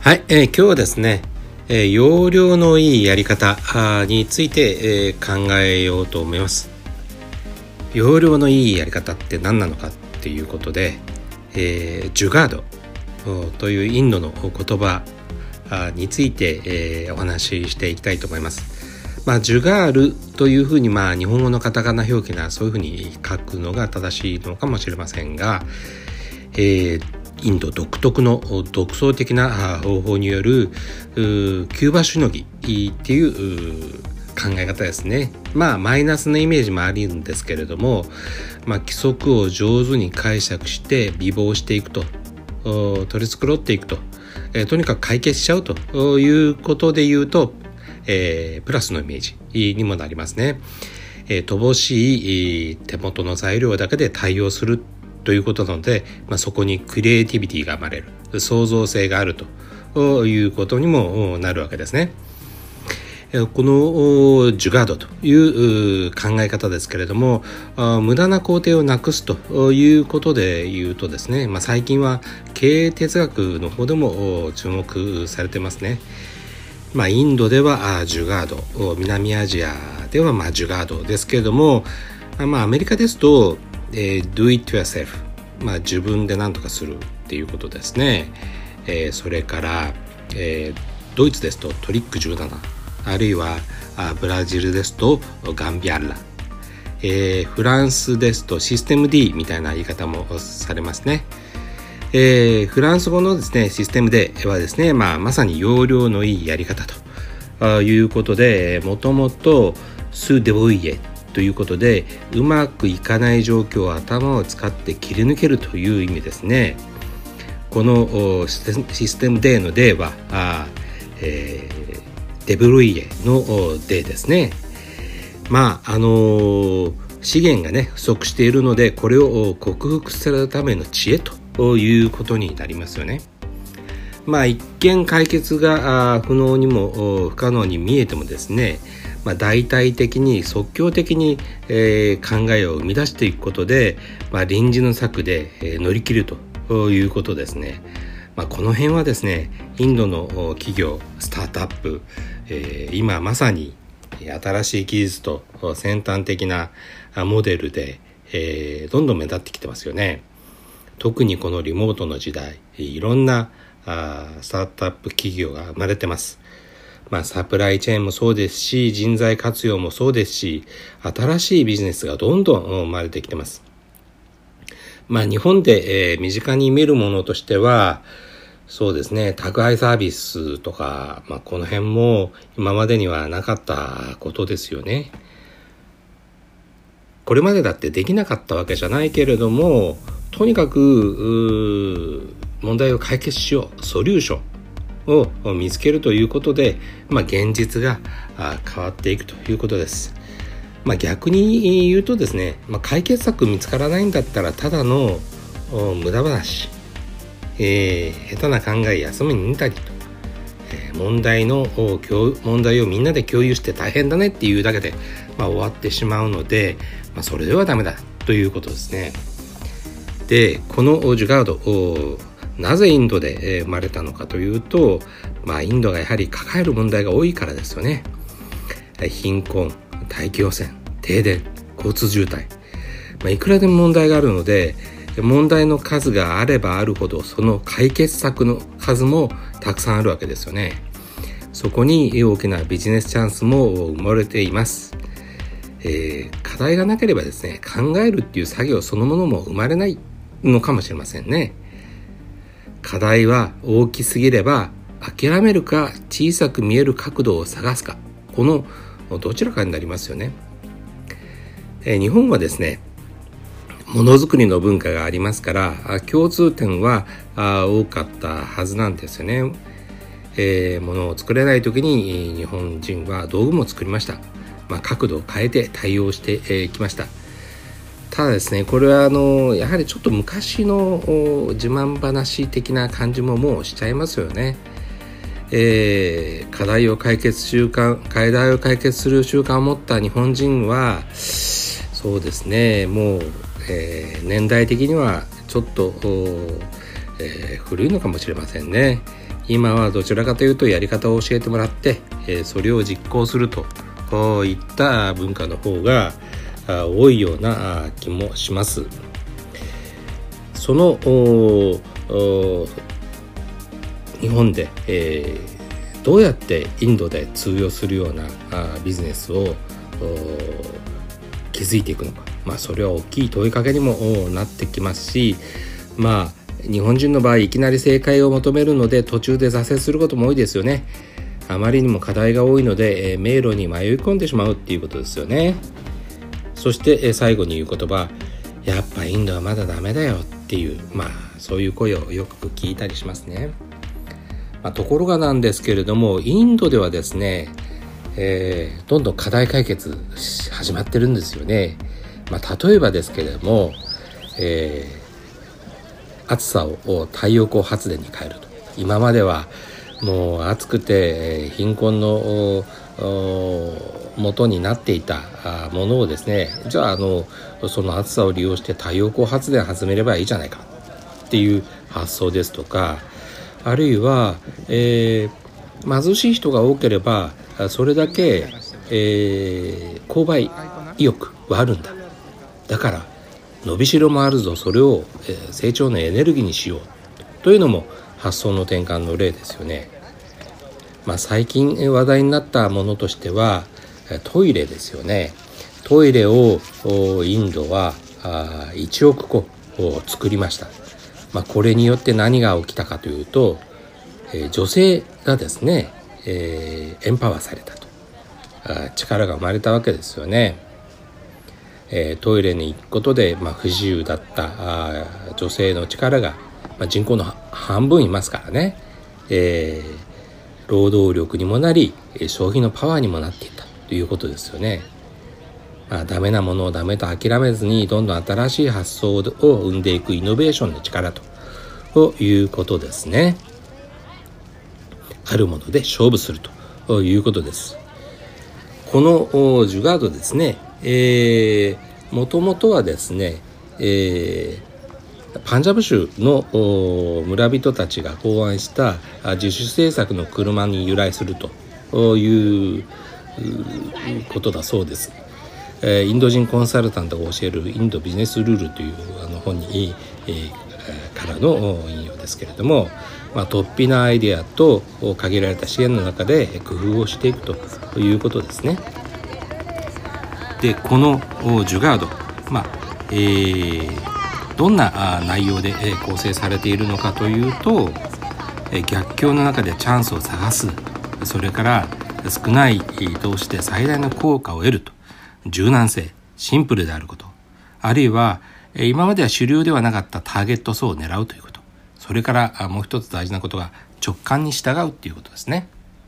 はい、今日はですね、要領のいいやり方について、考えようと思います。要領のいいやり方って何なのかっていうことで、ジュガードというインドの言葉について、お話ししていきたいと思います。ジュガールというふうに、日本語のカタカナ表記なそういうふうに書くのが正しいのかもしれませんが、インド独特の独創的な方法によるキューバしのぎっていう考え方ですね。マイナスなイメージもあるんですけれども、規則を上手に解釈して美貌していくと、取り繕っていくと、とにかく解決しちゃうということで言うと、プラスのイメージにもなりますね。乏しい手元の材料だけで対応するということなので、そこにクリエイティビティが生まれる、創造性があるということにもなるわけですね。このジュガードという考え方ですけれども、無駄な工程をなくすということで言うとですね、最近は経営哲学の方でも注目されてますね。インドではジュガード、南アジアではジュガードですけれども、アメリカですとdo it yourself、自分で何とかするっていうことですね。それから、ドイツですとトリック17、あるいはブラジルですとガンビアッラ、フランスですとシステム D みたいな言い方もされますね。フランス語のですねシステム D はですね、まさに要領のいいやり方ということで、もともとスデボイエということで、うまくいかない状況を頭を使って切り抜けるという意味ですね。このシステム D の D はデブルイエの D ですね。資源がね不足しているので、これを克服するための知恵ということになりますよね。一見解決が不能にも不可能に見えてもですね、大体的に即興的に、考えを生み出していくことで、臨時の策で、乗り切るということですね。この辺はですね、インドの企業スタートアップ、今まさに新しい技術と先端的なモデルで、どんどん目立ってきてますよね。特にこのリモートの時代、いろんなスタートアップ企業が生まれてます。サプライチェーンもそうですし、人材活用もそうですし、新しいビジネスがどんどん生まれてきてます。日本で、身近に見るものとしては、そうですね、宅配サービスとか、この辺も今までにはなかったことですよね。これまでだってできなかったわけじゃないけれども、とにかく問題を解決しよう、ソリューションを見つけるということで、現実が変わっていくということです。逆に言うとですね、解決策見つからないんだったらただの無駄話、下手な考え休みに似たりと、問題をみんなで共有して大変だねっていうだけで、終わってしまうので、それではダメだということですね。で、このジュガード、なぜインドで生まれたのかというと、インドがやはり抱える問題が多いからですよね。貧困、大気汚染、停電、交通渋滞、いくらでも問題があるので、問題の数があればあるほど、その解決策の数もたくさんあるわけですよね。そこに大きなビジネスチャンスも生まれています。課題がなければですね、考えるっていう作業そのものも生まれないのかもしれませんね。課題は大きすぎれば諦めるか、小さく見える角度を探すか、このどちらかになりますよね。日本はですね、ものづくりの文化がありますから、共通点は多かったはずなんですよね。ものを作れない時に日本人は道具も作りました。角度を変えて対応してきました。ただですね、これはやはりちょっと昔の自慢話的な感じももうしちゃいますよね。課題を解決する習慣を持った日本人は、そうですね、もう、年代的にはちょっと、古いのかもしれませんね。 今はどちらかというとやり方を教えてもらって、それを実行するといった文化の方が多いような気もします。その日本で、どうやってインドで通用するようなビジネスを築いていくのか、それは大きい問いかけにもなってきますし、日本人の場合いきなり正解を求めるので途中で挫折することも多いですよね。あまりにも課題が多いので、迷路に迷い込んでしまうっていうことですよね。そして、最後に言う言葉、やっぱインドはまだダメだよっていう、そういう声をよく聞いたりしますね。ところがなんですけれども、インドではですね、どんどん課題解決始まってるんですよね。例えばですけれども、暑さを太陽光発電に変えると。今まではもう暑くて貧困の元になっていたものをですね、じゃあその暑さを利用して太陽光発電を始めればいいじゃないかっていう発想ですとか、あるいは、貧しい人が多ければそれだけ、購買意欲はあるんだ、だから伸びしろもあるぞ、それを、成長のエネルギーにしようというのも発想の転換の例ですよね。最近話題になったものとしてはトイレですよね。トイレをインドは1億個作りました。これによって何が起きたかというと、女性がですね、エンパワーされたと、力が生まれたわけですよね。トイレに行くことで、不自由だった女性の力が、人口の半分いますからね、労働力にもなり消費のパワーにもなっていったということですよね。ダメなものをダメと諦めずにどんどん新しい発想を生んでいくイノベーションの力ということですね。あるもので勝負するということです。このジュガードですね、もともとはですね、パンジャブ州の村人たちが考案した自主制作の車に由来するということだそうです。インド人コンサルタントが教えるインドビジネスルールという本に、からの引用ですけれども、突飛なアイデアと限られた資源の中で工夫をしていくということですね。でこのジュガード、どんな内容で構成されているのかというと、逆境の中でチャンスを探す、それから少ない投資で最大の効果を得ると、柔軟性、シンプルであること、あるいは今までは主流ではなかったターゲット層を狙うということ、それからもう一つ大事なことが直感に従うということですね。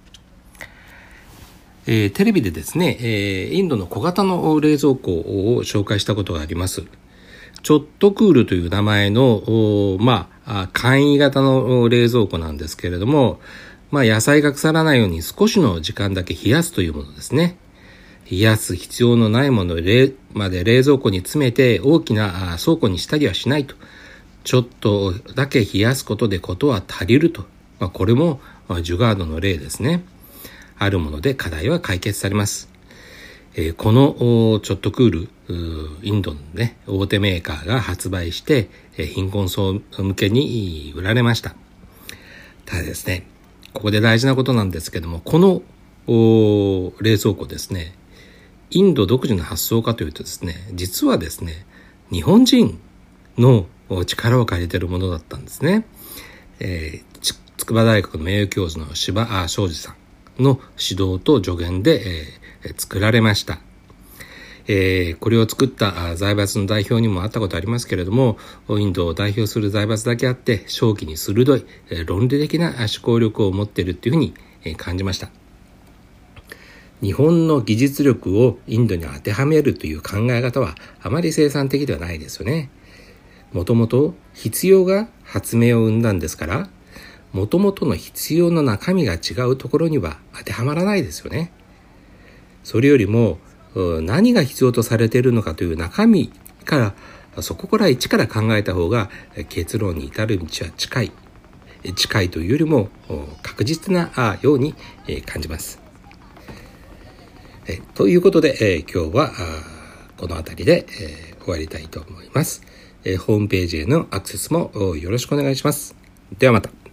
テレビでですね、インドの小型の冷蔵庫を紹介したことがあります。チョットクールという名前の簡易型の冷蔵庫なんですけれども、野菜が腐らないように少しの時間だけ冷やすというものですね。冷やす必要のないものをまで冷蔵庫に詰めて大きな倉庫にしたりはしないと。ちょっとだけ冷やすことでことは足りると。これもジュガードの例ですね。あるもので課題は解決されます。このチョットクール、インドのね、大手メーカーが発売して、貧困層向けに売られました。ただですね、ここで大事なことなんですけども、この冷蔵庫ですね、インド独自の発想かというとですね、実はですね、日本人の力を借りているものだったんですね。筑波大学の名誉教授の柴昌司さんの指導と助言で、作られました。これを作った財閥の代表にも会ったことありますけれども、インドを代表する財閥だけあって正気に鋭い論理的な思考力を持っているというふうに感じました。日本の技術力をインドに当てはめるという考え方はあまり生産的ではないですよね。もともと必要が発明を生んだんですから、もともとの必要の中身が違うところには当てはまらないですよね。それよりも何が必要とされているのかという中身から、そこから一から考えた方が結論に至る道は近い。 近いというよりも確実なように感じます。ということで、今日はこの辺りで終わりたいと思います。ホームページへのアクセスもよろしくお願いします。ではまた。